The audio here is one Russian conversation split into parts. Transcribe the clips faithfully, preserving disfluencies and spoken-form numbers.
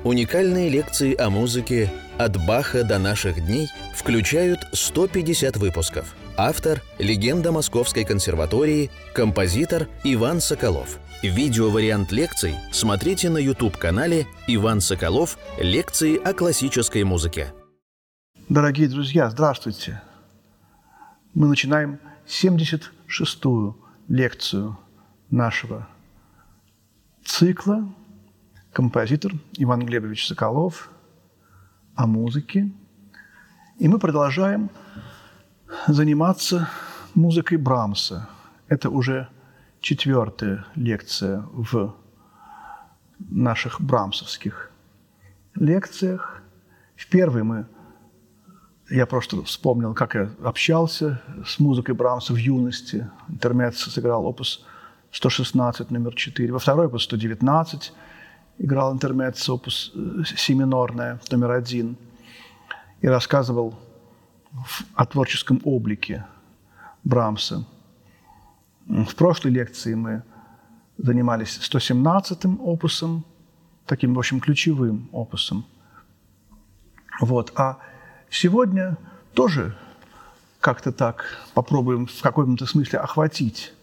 Уникальные лекции о музыке «От Баха до наших дней» включают сто пятьдесят выпусков. Автор – легенда Московской консерватории, композитор Иван Соколов. Видеовариант лекций смотрите на YouTube-канале «Иван Соколов. Лекции о классической музыке». Дорогие друзья, здравствуйте! Мы начинаем семьдесят шестую лекцию нашего цикла «Композитор Иван Глебович Соколов о музыке». И мы продолжаем заниматься музыкой Брамса. Это уже четвертая лекция в наших брамсовских лекциях. В первой мы, я просто вспомнил, как я общался с музыкой Брамса в юности. Интермеццо сыграл опус сто шестнадцать, номер четыре. Во второй опус сто девятнадцать играл интермеццо, опус си минорная, номер один. И рассказывал о творческом облике Брамса. В прошлой лекции мы занимались сто семнадцатым опусом, таким, в общем, ключевым опусом. Вот. А сегодня тоже как-то так попробуем в каком-то смысле охватить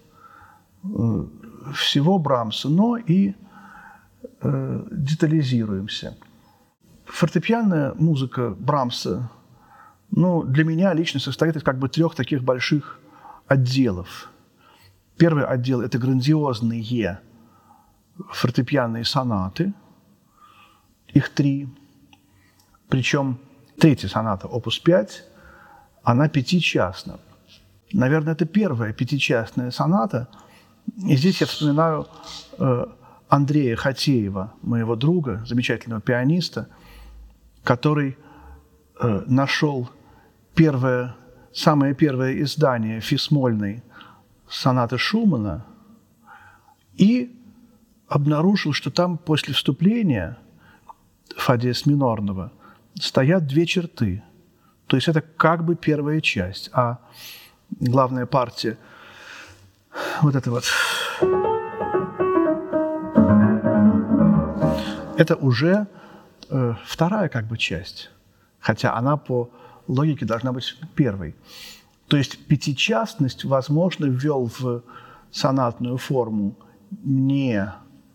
всего Брамса, но и э, детализируемся. Фортепианная музыка Брамса, ну, для меня лично состоит из как бы трех таких больших отделов. Первый отдел – это грандиозные фортепианные сонаты, их три. Причем третья соната, опус пять, она пятичастна. Наверное, это первая пятичастная соната. И здесь я вспоминаю э, Андрея Хатеева, моего друга, замечательного пианиста, который э, нашел первое, самое первое издание фисмольной сонаты Шумана и обнаружил, что там после вступления фа диез минорного стоят две черты. То есть это как бы первая часть, а главная партия вот это вот это уже э, вторая как бы часть, хотя она по логике должна быть первой. То есть пятичастность, возможно, ввел в сонатную форму не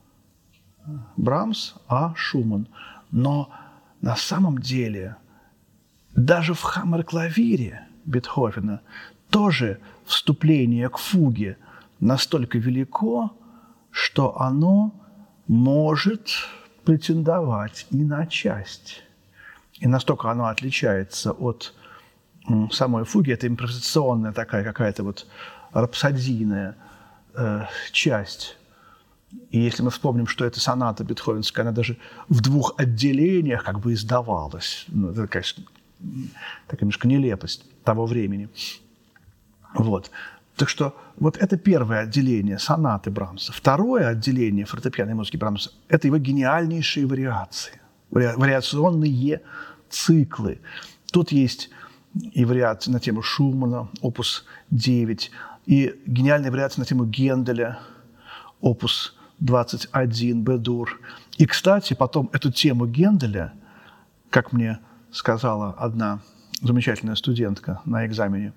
Брамс, а Шуман. Но на самом деле даже в хаммер-клавире Бетховена тоже вступление к фуге настолько велико, что оно может претендовать и на часть. И настолько оно отличается от самой фуги, это импровизационная такая какая-то вот рапсодийная э, часть. И если мы вспомним, что эта соната бетховенская, она даже в двух отделениях как бы издавалась. Ну, это, конечно, такая немножко нелепость того времени. Вот. Так что вот это первое отделение сонаты Брамса. Второе отделение фортепианной музыки Брамса – это его гениальнейшие вариации, вари- вариационные циклы. Тут есть и вариации на тему Шумана, опус девять, и гениальные вариации на тему Генделя, опус двадцать один, Б-дур. И, кстати, потом эту тему Генделя, как мне сказала одна замечательная студентка на экзамене,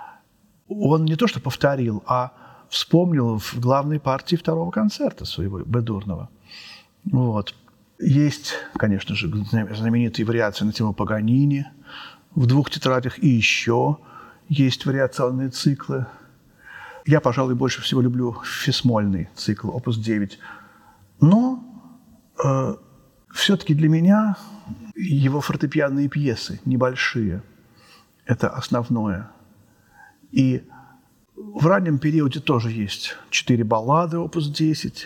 он не то что повторил, а вспомнил в главной партии второго концерта своего Б-дурного. Вот. Есть, конечно же, знаменитые вариации на тему Паганини в двух тетрадях, и еще есть вариационные циклы. Я, пожалуй, больше всего люблю фисмольный цикл, опус девять. Но э, все-таки для меня его фортепианные пьесы небольшие. Это основное. И в раннем периоде тоже есть четыре баллады, опус десять.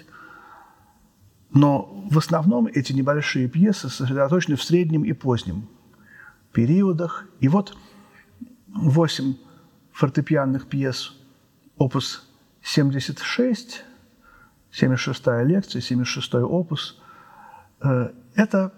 Но в основном эти небольшие пьесы сосредоточены в среднем и позднем периодах. И вот восемь фортепианных пьес, опус семьдесят шесть, семьдесят шестая лекция, семьдесят шестой опус. Это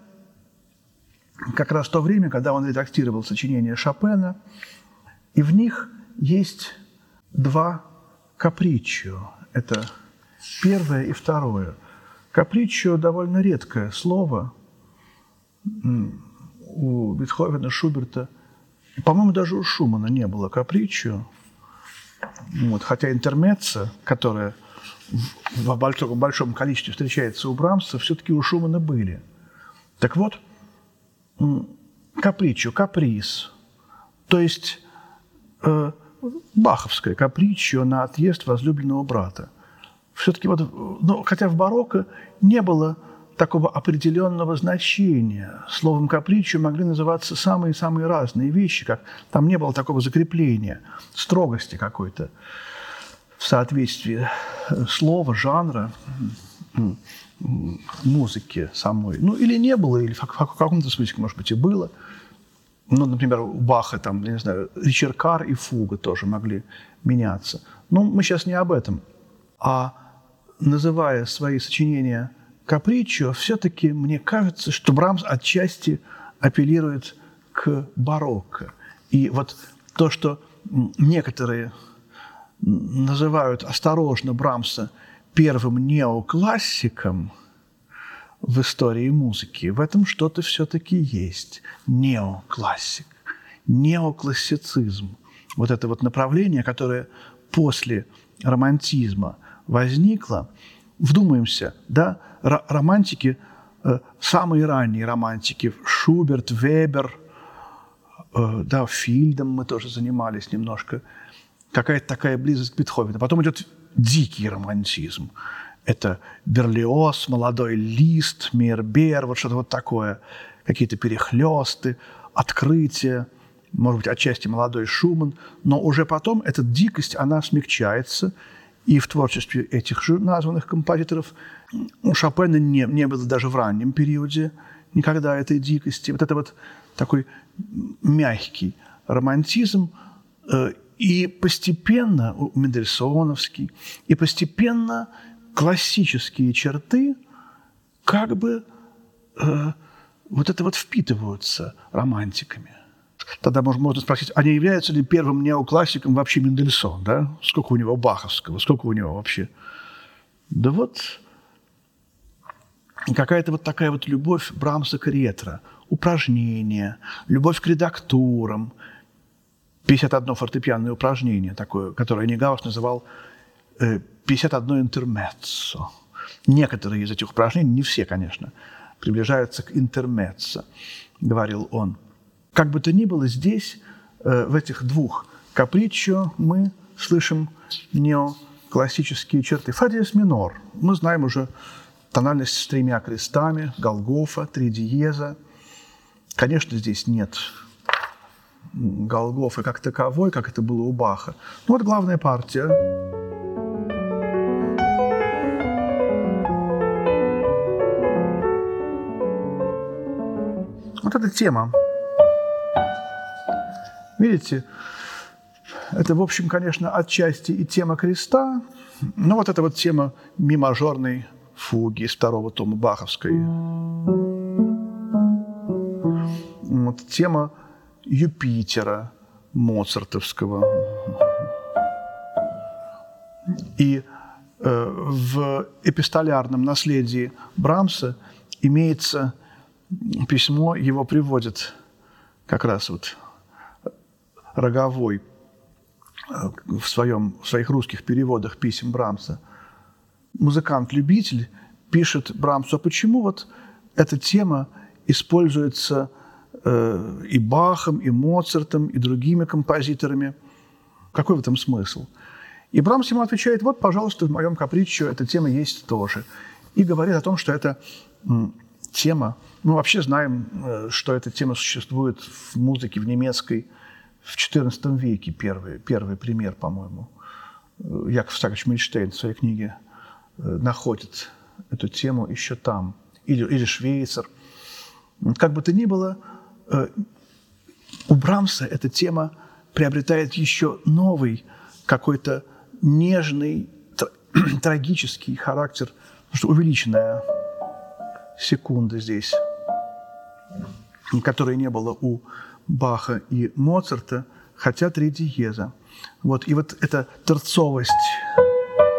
как раз то время, когда он редактировал сочинения Шопена, и в них есть два каприччо. Это первое и второе. Каприччо – довольно редкое слово. у Бетховена, Шуберта, по-моему, даже у Шумана не было каприччо. Вот, хотя интермеццо, которое в большом, большом количестве встречается у Брамса, все-таки у Шумана были. Так вот, каприччо, каприз, то есть э, баховское каприччо на отъезд возлюбленного брата. Все-таки вот, ну, хотя в барокко не было такого определенного значения. Словом каприччо могли называться самые-самые разные вещи, как там не было такого закрепления, строгости какой-то в соответствии слова, жанра, музыки самой. Ну, или не было, или в каком-то смысле, может быть, и было. Ну, например, у Баха, там, я не знаю, ричеркар и фуга тоже могли меняться. Но мы сейчас не об этом. А называя свои сочинения каприччо, все-таки мне кажется, что Брамс отчасти апеллирует к барокко. И вот то, что некоторые называют осторожно Брамса первым неоклассиком в истории музыки, в этом что-то все-таки есть. Неоклассик, неоклассицизм. Вот это вот направление, которое после романтизма возникло. Вдумаемся, да, Р- романтики, э, самые ранние романтики, Шуберт, Вебер, э, да, Фильдом мы тоже занимались немножко, какая-то такая близость к Бетховену. Потом идет дикий романтизм. Это Берлиоз, молодой Лист, Мейербер, вот что-то вот такое, какие-то перехлесты, открытия, может быть, отчасти молодой Шуман, но уже потом эта дикость, она смягчается. И в творчестве этих же названных композиторов у Шопена не, не было даже в раннем периоде никогда этой дикости. Вот это вот такой мягкий романтизм. И постепенно, мендельсоновский, и постепенно классические черты как бы э, вот это вот впитываются романтиками. Тогда можно спросить, а не является ли первым неоклассиком вообще Мендельсон? Да? Сколько у него баховского, сколько у него вообще? Да вот какая-то вот такая вот любовь Брамса к ретро, упражнения, любовь к редактурам, пятьдесят одно фортепианное упражнение такое, которое Нигауш называл пятьдесят одно интермеццо. Некоторые из этих упражнений, не все, конечно, приближаются к интермеццо, говорил он. Как бы то ни было, здесь, в этих двух каприччо, мы слышим неоклассические черты. Фа диез минор. Мы знаем уже тональность с тремя крестами, Голгофа, три диеза. Конечно, здесь нет Голгофы как таковой, как это было у Баха. Ну вот главная партия. Вот эта тема. Видите, это, в общем, конечно, отчасти и тема креста, но вот эта вот тема ми-мажорной фуги из второго тома баховской. Вот тема Юпитера моцартовского. И э, в эпистолярном наследии Брамса имеется письмо, его приводит как раз вот Роговой в, своем, в своих русских переводах писем Брамса. Музыкант-любитель пишет Брамсу, а почему вот эта тема используется э, и Бахом, и Моцартом, и другими композиторами? Какой в этом смысл? И Брамс ему отвечает, вот, пожалуйста, в моем каприччо эта тема есть тоже. И говорит о том, что эта м, тема, мы вообще знаем, э, что эта тема существует в музыке в немецкой в четырнадцатом веке, первый, первый пример, по-моему. Яков Сакович Мильштейн в своей книге находит эту тему еще там. Или, или Швейцер. Как бы то ни было, у Брамса эта тема приобретает еще новый, какой-то нежный, трагический характер, потому что увеличенная секунда здесь, которой не было у Баха и Моцарта, хотя три диеза. Вот. И вот эта торцовость,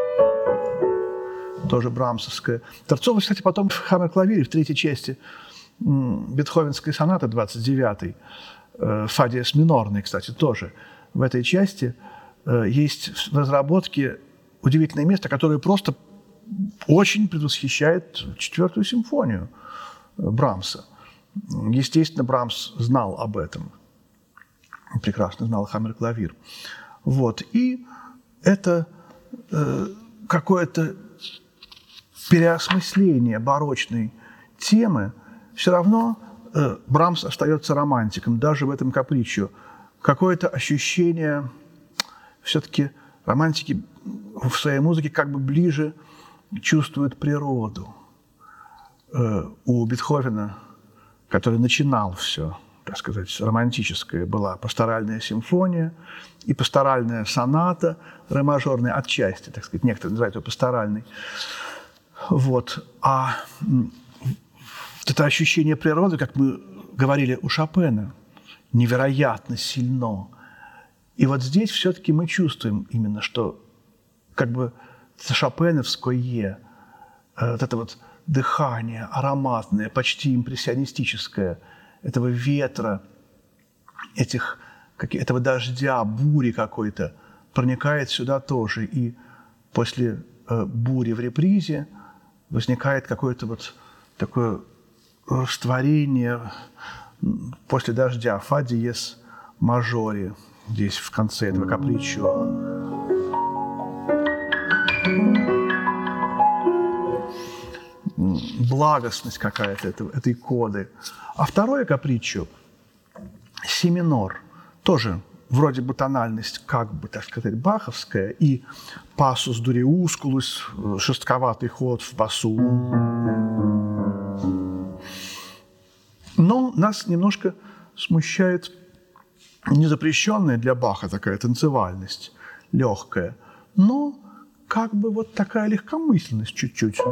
тоже брамсовская. Торцовость, кстати, потом в хаммер-клавире, в третьей части, Бетховенская соната двадцать девятый, фа диез минорный, кстати, тоже. В этой части есть в разработке удивительное место, которое просто очень предвосхищает четвертую симфонию Брамса. Естественно, Брамс знал об этом. Прекрасно знал хаммер-клавир. Вот. И это э, какое-то переосмысление барочной темы. Все равно э, Брамс остается романтиком, даже в этом капричо. Какое-то ощущение все-таки романтики в своей музыке как бы ближе чувствует природу. Э, у Бетховена, который начинал все, так сказать, романтическое, была пасторальная симфония и пасторальная соната, ре мажорная отчасти, так сказать, некоторые называют ее пасторальной. Вот. А вот это ощущение природы, как мы говорили у Шопена, невероятно сильно. И вот здесь все-таки мы чувствуем именно, что как бы шопеновское, вот это вот дыхание ароматное, почти импрессионистическое, этого ветра, этих, этого дождя, бури какой-то, проникает сюда тоже. И после э, бури в репризе возникает какое-то вот такое растворение после дождя, фа диез мажоре, здесь в конце этого капричо. Благостность какая-то этой коды. А второе капричо, си минор, тоже вроде бы тональность, как бы, так сказать, баховская, и пассус дуриускулус, шестковатый ход в басу. Но нас немножко смущает незапрещенная для Баха такая танцевальность, легкая, но как бы вот такая легкомысленность чуть-чуть.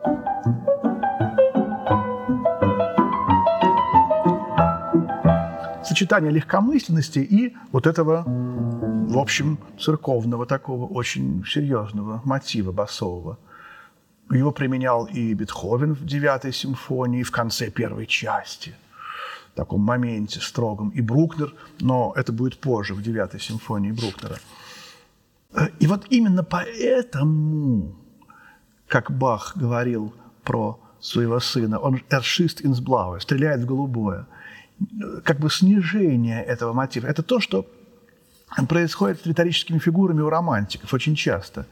Сочетание легкомысленности и вот этого, в общем, церковного такого очень серьезного мотива басового. Его применял и Бетховен в девятой симфонии, в конце первой части, в таком моменте строгом, и Брукнер, но это будет позже, в девятой симфонии Брукнера. И вот именно поэтому, как Бах говорил про своего сына, он «erschießt ins Blaue», стреляет в голубое, как бы снижение этого мотива. Это то, что происходит с риторическими фигурами у романтиков очень часто.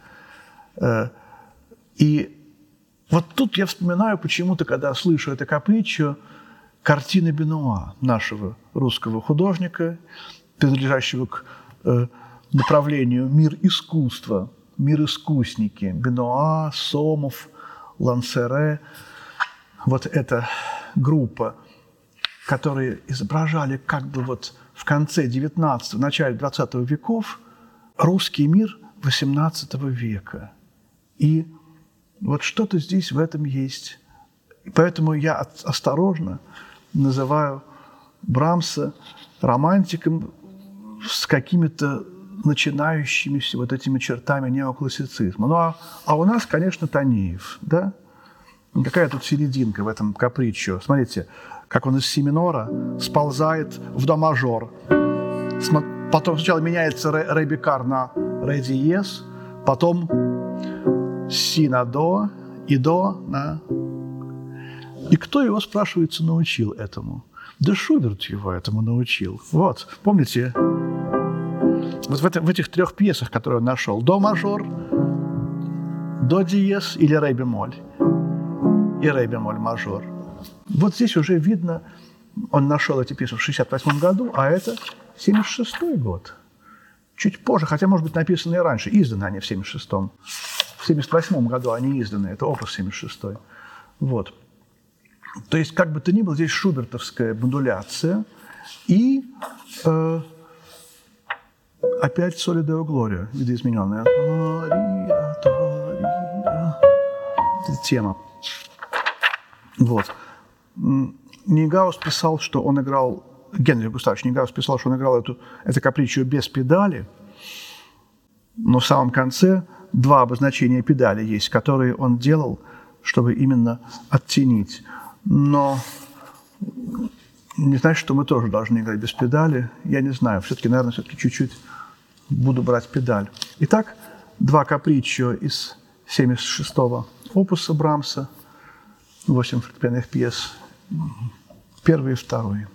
И вот тут я вспоминаю почему-то, когда слышу это капричо, картины Бенуа, нашего русского художника, принадлежащего к направлению «Мир искусства», «Мир искусники», Бенуа, Сомов, Лансере. Вот эта группа, которые изображали как бы вот в конце девятнадцатого, начале двадцатого веков русский мир восемнадцатого века. И вот что-то здесь в этом есть. И поэтому я осторожно называю Брамса романтиком с какими-то начинающимися вот этими чертами неоклассицизма. Ну, а, а у нас, конечно, Танеев, да? Какая тут серединка в этом капричо? Смотрите, как он из си минора сползает в до мажор. Потом сначала меняется ре бикар на ре диез, потом си на до и до на... И кто его, спрашивается, научил этому? Да Шуберт его этому научил. Вот, помните, вот в, это, в этих трех пьесах, которые он нашел, до мажор, до диез или ре бемоль, и ре бемоль мажор. Вот здесь уже видно, он нашел эти пьесы в шестьдесят восьмом году, а это семьдесят шестой год. Чуть позже, хотя, может быть, написаны и раньше. Изданы они в семьдесят шестом. В семьдесят восьмом году они изданы. Это опус семьдесят шестой. Вот. То есть, как бы то ни было, здесь шубертовская модуляция и э, опять соли део глория, видоизмененная. Это тема. Вот. Нейгаус писал, что он играл, Генрих Густавович Нейгаус писал, что он играл эту, это капричо без педали, но в самом конце два обозначения педали есть, которые он делал, чтобы именно оттенить. Но не значит, что мы тоже должны играть без педали. Я не знаю, все-таки, наверное, все-таки чуть-чуть буду брать педаль. Итак, два каприччо из семьдесят шестого опуса Брамса, восемь фортепианных пьес, первый и второй.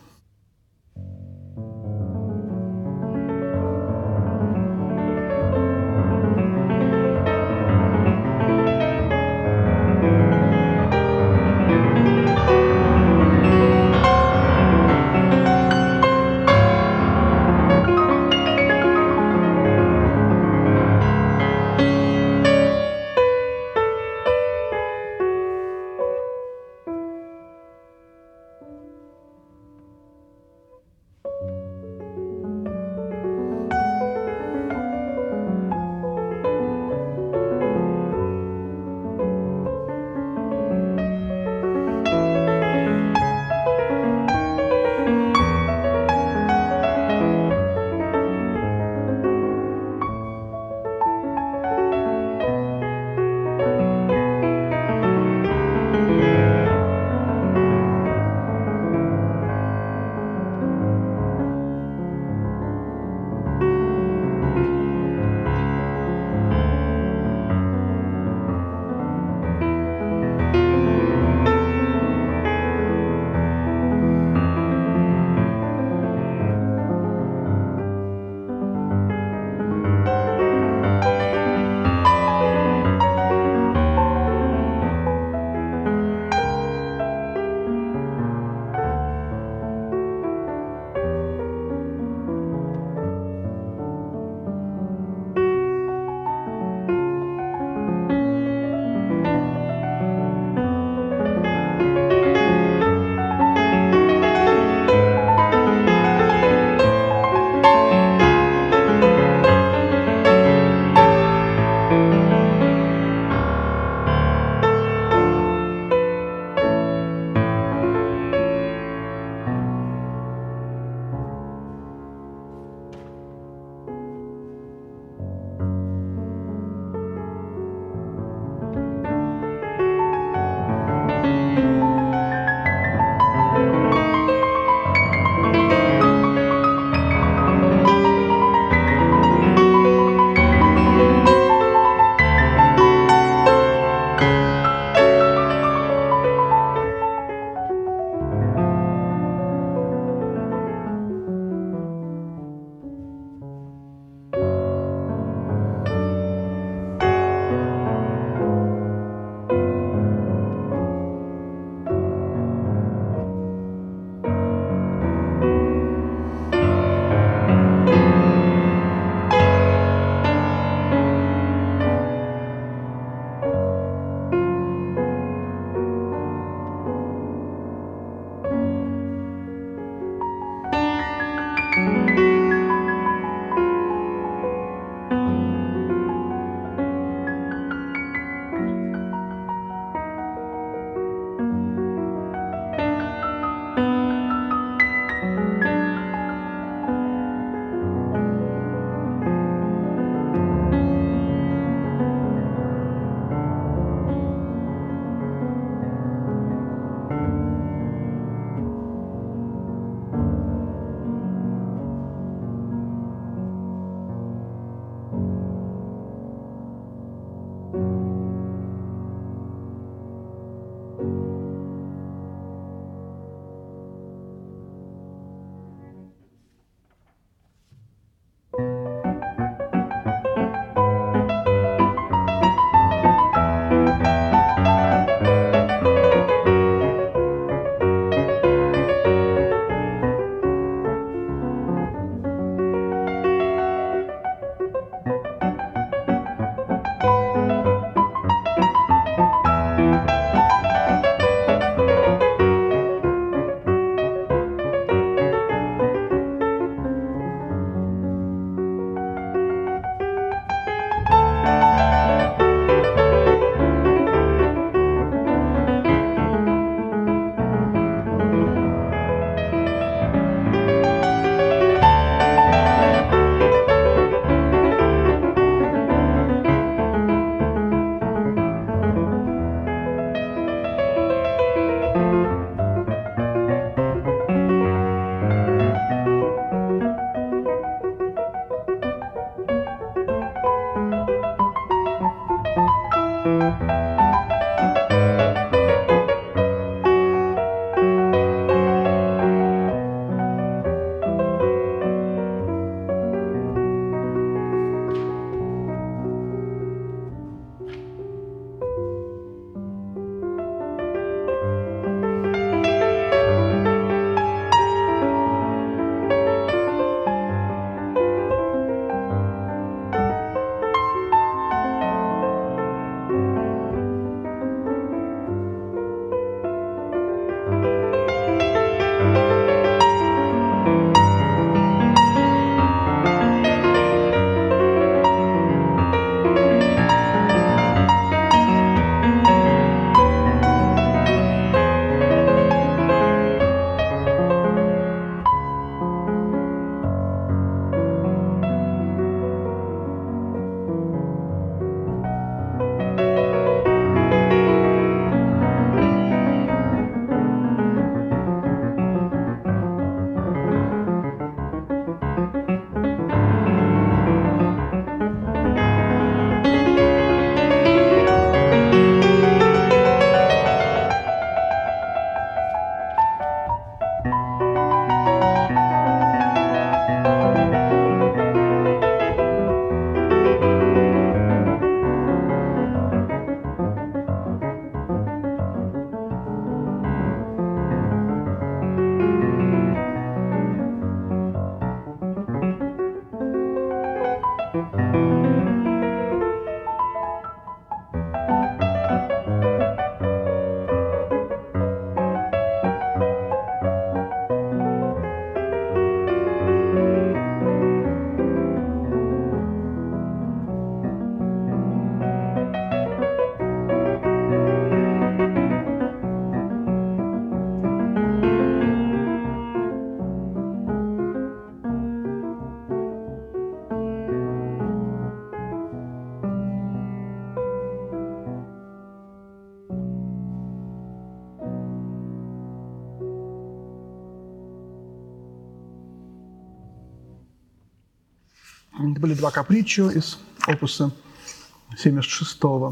Это были два каприччо из опуса семьдесят шестого.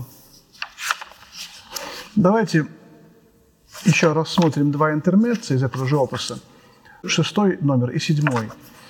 Давайте еще рассмотрим два интермеццо из этого же опуса. Шестой номер и седьмой.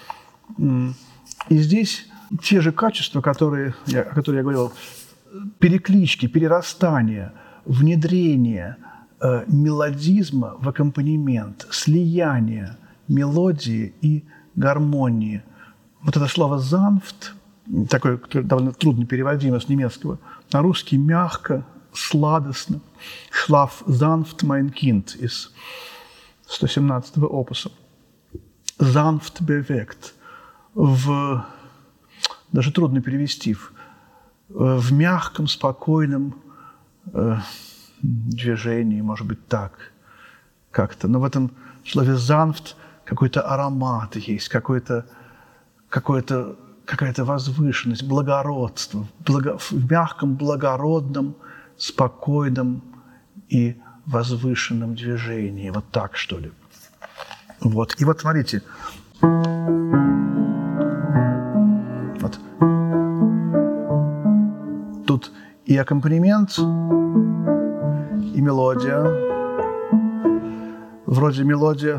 И здесь те же качества, которые, я, о которых я говорил, переклички, перерастания, внедрение э, мелодизма в аккомпанемент, слияние мелодии и гармонии. Вот это слово «занфт», такое, которое довольно трудно переводимо с немецкого на русский, мягко, сладостно. «Schlaf sanft, mein Kind» из сто семнадцатого опуса. «Sanft bewegt». В, даже трудно перевести, в, в мягком, спокойном э, движении, может быть, так как-то. Но в этом слове «sanft» какой-то аромат есть, какой-то, какой-то, какая-то возвышенность, благородство, благо, в мягком, благородном, спокойном и возвышенном движении. Вот так, что ли. Вот. И вот смотрите. Вот. Тут и аккомпанемент, и мелодия. Вроде мелодия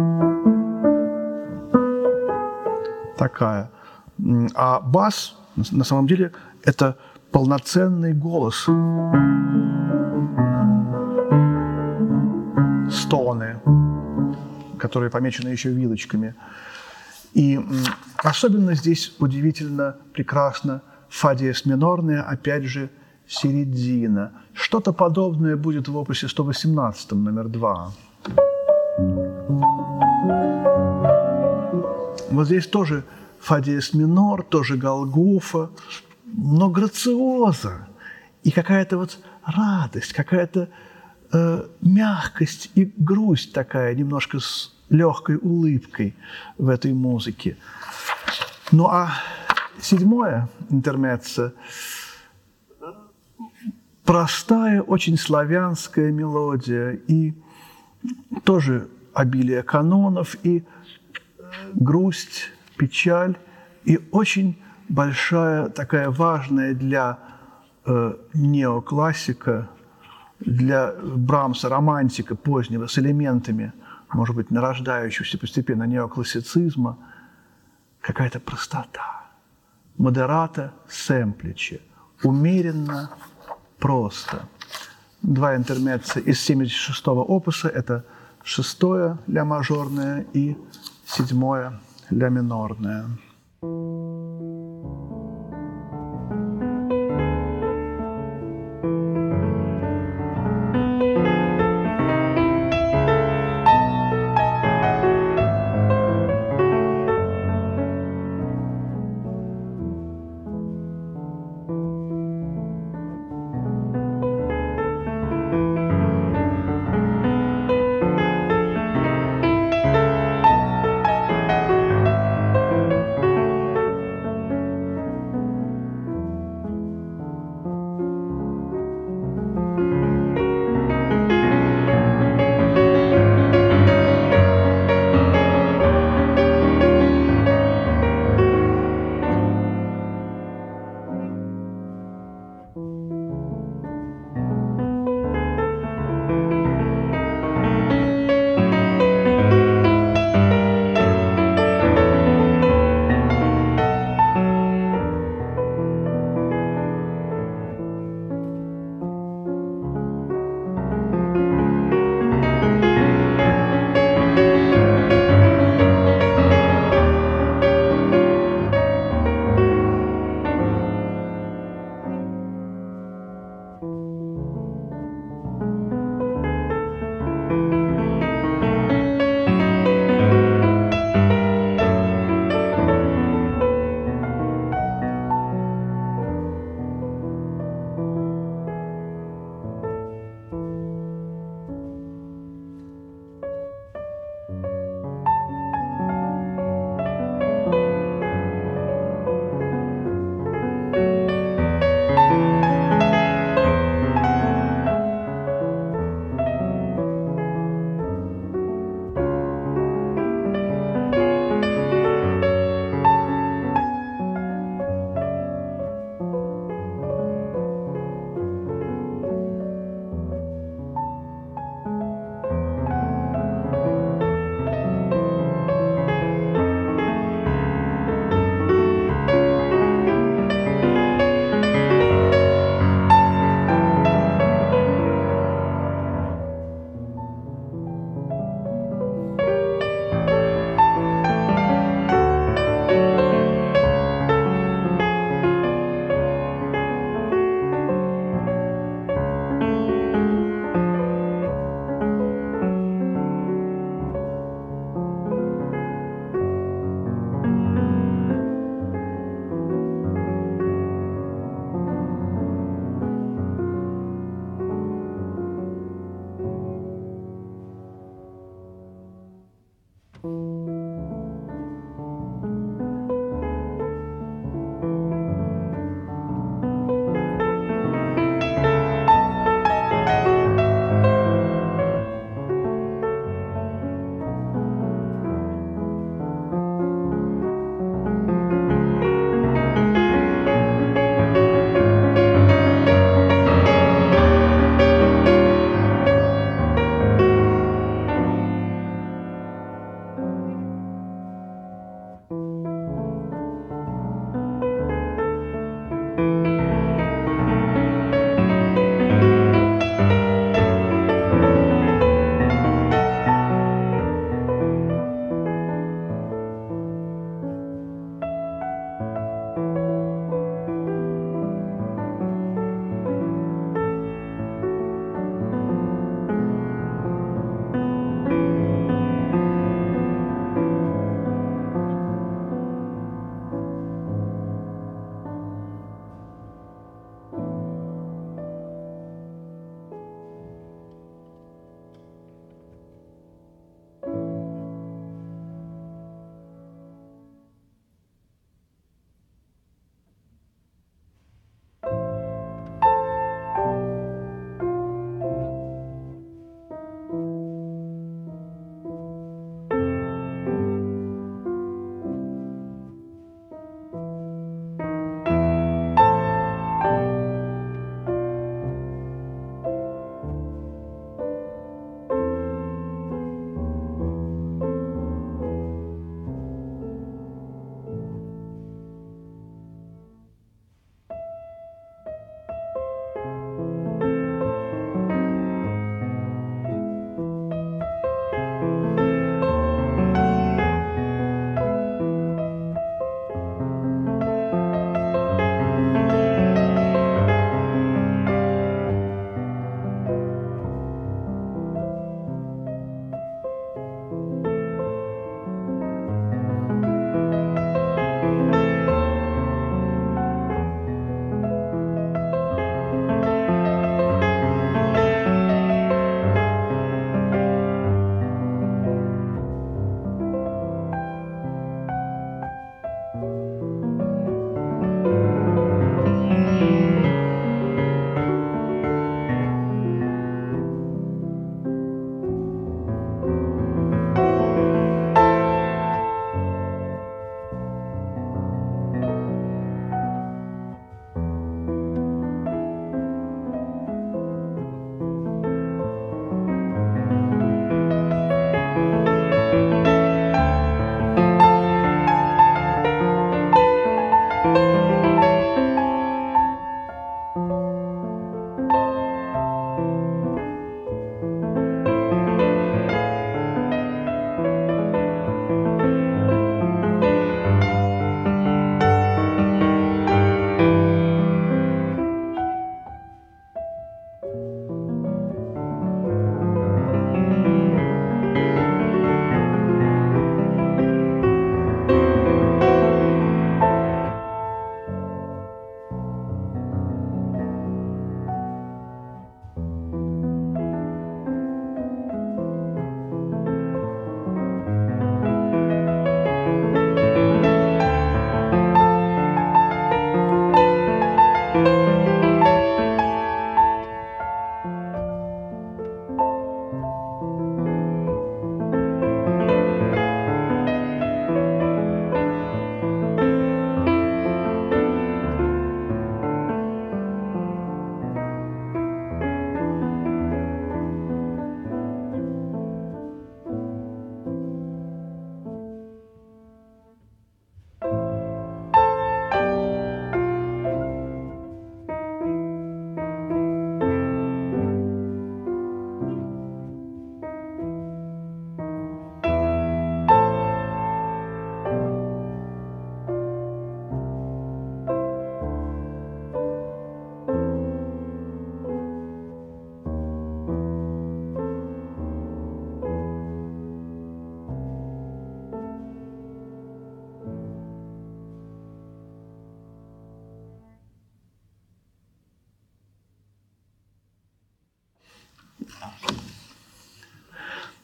такая. А бас, на самом деле, это полноценный голос. Стоны, которые помечены еще вилочками. И особенно здесь удивительно, прекрасно фа диез минорная, опять же, середина. Что-то подобное будет в опусе сто восемнадцатом, номер два. Вот здесь тоже фа диез минор, тоже Голгофа, но грациоза и какая-то вот радость, какая-то э, мягкость и грусть такая, немножко с легкой улыбкой в этой музыке. Ну а седьмое интермеццо – простая, очень славянская мелодия и тоже обилие канонов и грусть, печаль и очень большая, такая важная для э, неоклассика, для Брамса, романтика позднего с элементами, может быть, нарождающегося постепенно неоклассицизма, какая-то простота. Модерата семпличе, умеренно, просто. Два интермеццо из семьдесят шестого опуса – это шестое ля мажорное и седьмое ля минорное.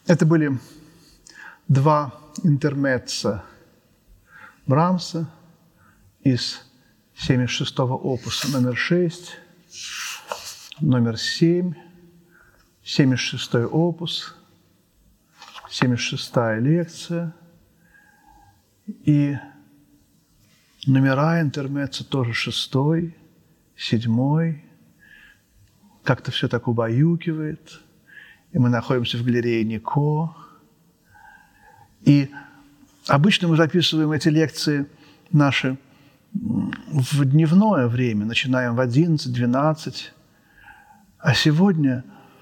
Это были два интермеццо Брамса из семьдесят шестого опуса номер шесть, номер семь, семьдесят шестой опус, семьдесят шестая лекция. И номера интермеццо тоже шестой, седьмой. Как-то все так убаюкивает. И мы находимся в галерее Нико. И обычно мы записываем эти лекции наши в дневное время, начинаем в одиннадцать-двенадцать. А сегодня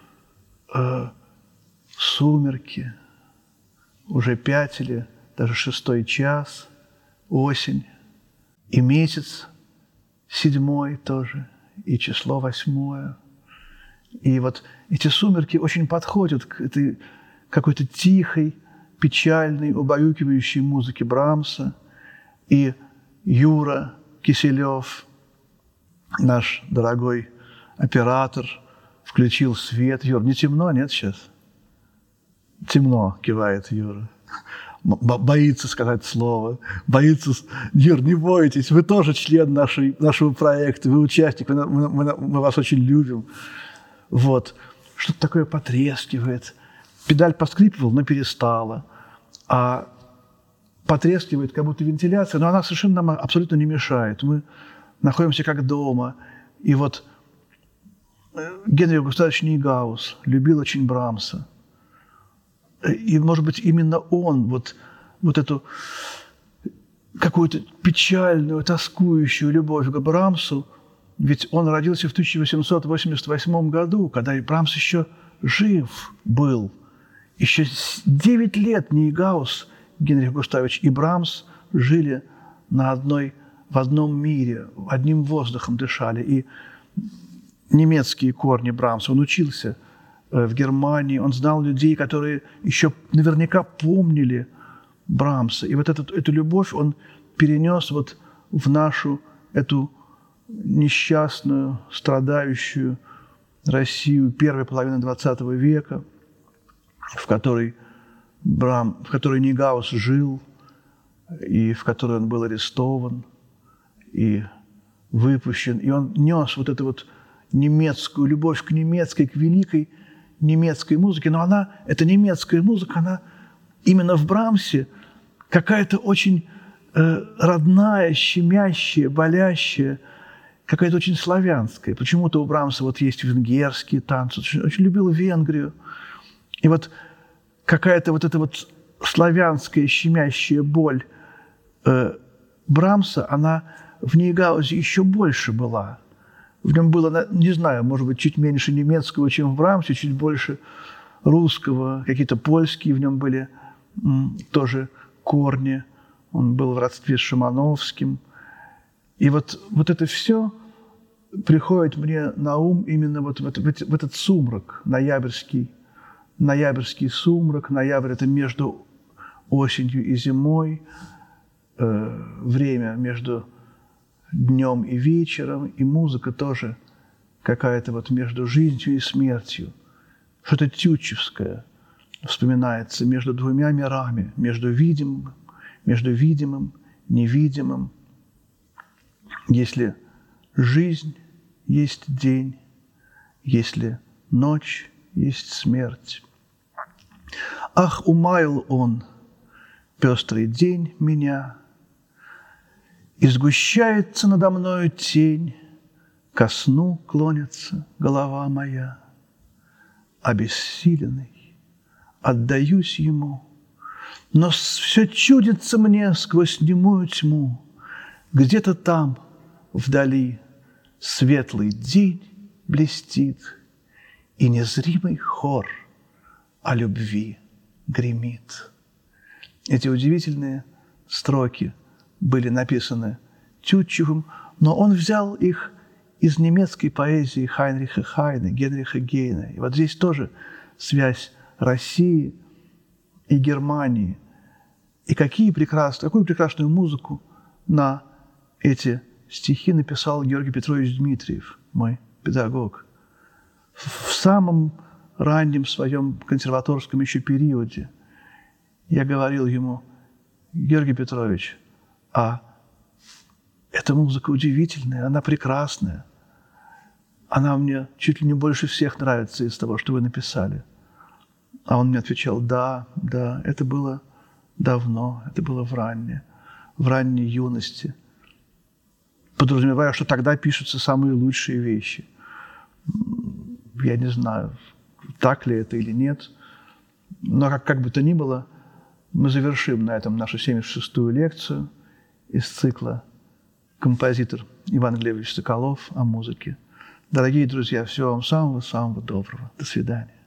э, сумерки, уже пять или даже шестой час, осень, и месяц седьмой тоже, и число восьмое. И вот эти сумерки очень подходят к этой какой-то тихой, печальной, убаюкивающей музыке Брамса. И Юра Киселев, наш дорогой оператор, включил свет. Юр, не темно, нет сейчас? Темно, кивает Юра. Боится сказать слово, боится... Юр, не бойтесь, вы тоже член нашей, нашего проекта, вы участник, мы, мы, мы вас очень любим. Вот. Что-то такое потрескивает. Педаль поскрипывала, но перестала. А потрескивает, как будто вентиляция, но она совершенно нам абсолютно не мешает. Мы находимся как дома. И вот Генрих Густавович Нейгаус любил очень Брамса. И, может быть, именно он вот, вот эту какую-то печальную, тоскующую любовь к Брамсу, ведь он родился в тысяча восемьсот восемьдесят восьмом году, когда и Брамс еще жив был. Еще девять лет Нейгаус, Генрих Густавович, и Брамс жили на одной, в одном мире, одним воздухом дышали. И немецкие корни Брамса, он учился в Германии, он знал людей, которые еще наверняка помнили Брамса. И вот этот, эту любовь он перенес вот в нашу эту несчастную, страдающую Россию первой половины двадцатого века, в которой, Брам, в которой Нейгаус жил, и в которой он был арестован и выпущен. И он нес вот эту вот немецкую любовь к немецкой, к великой немецкой музыке. Но она, эта немецкая музыка, она именно в Брамсе какая-то очень э, родная, щемящая, болящая, какая-то очень славянская. Почему-то у Брамса вот есть венгерские танцы. Очень, очень любил Венгрию. И вот какая-то вот эта вот славянская, щемящая боль э, Брамса, она в Нейгаузе еще больше была. В нем было, не знаю, может быть, чуть меньше немецкого, чем в Брамсе, чуть больше русского, какие-то польские в нем были м, тоже корни. Он был в родстве с Шимановским. И вот, вот это все приходит мне на ум именно вот в, это, в этот сумрак, ноябрьский, ноябрьский сумрак. Ноябрь – это между осенью и зимой, э, время между днем и вечером, и музыка тоже какая-то вот между жизнью и смертью. Что-то тютчевское вспоминается между двумя мирами, между видимым, между видимым, невидимым. Если жизнь есть день, если ночь есть смерть. Ах, умаял он, пестрый день, меня, и сгущается надо мною тень, ко сну клонится голова моя. Обессиленный, отдаюсь ему, но все чудится мне сквозь немую тьму. Где-то там, вдали, светлый день блестит, и незримый хор о любви гремит. Эти удивительные строки были написаны Тютчевым, но он взял их из немецкой поэзии Хайнриха Хайне, Генриха Гейне. И вот здесь тоже связь России и Германии. И какие прекрасные, какую прекрасную музыку на эти стихи написал Георгий Петрович Дмитриев, мой педагог. В самом раннем своем консерваторском еще периоде я говорил ему: Георгий Петрович, а эта музыка удивительная, она прекрасная. Она мне чуть ли не больше всех нравится из того, что вы написали. А он мне отвечал: да, да, это было давно, это было в ранней, в ранней юности. Подразумевая, что тогда пишутся самые лучшие вещи. Я не знаю, так ли это или нет. Но как, как бы то ни было, мы завершим на этом нашу семьдесят шестую лекцию из цикла «Композитор Иван Глебович Соколов о музыке». Дорогие друзья, всего вам самого-самого доброго. До свидания.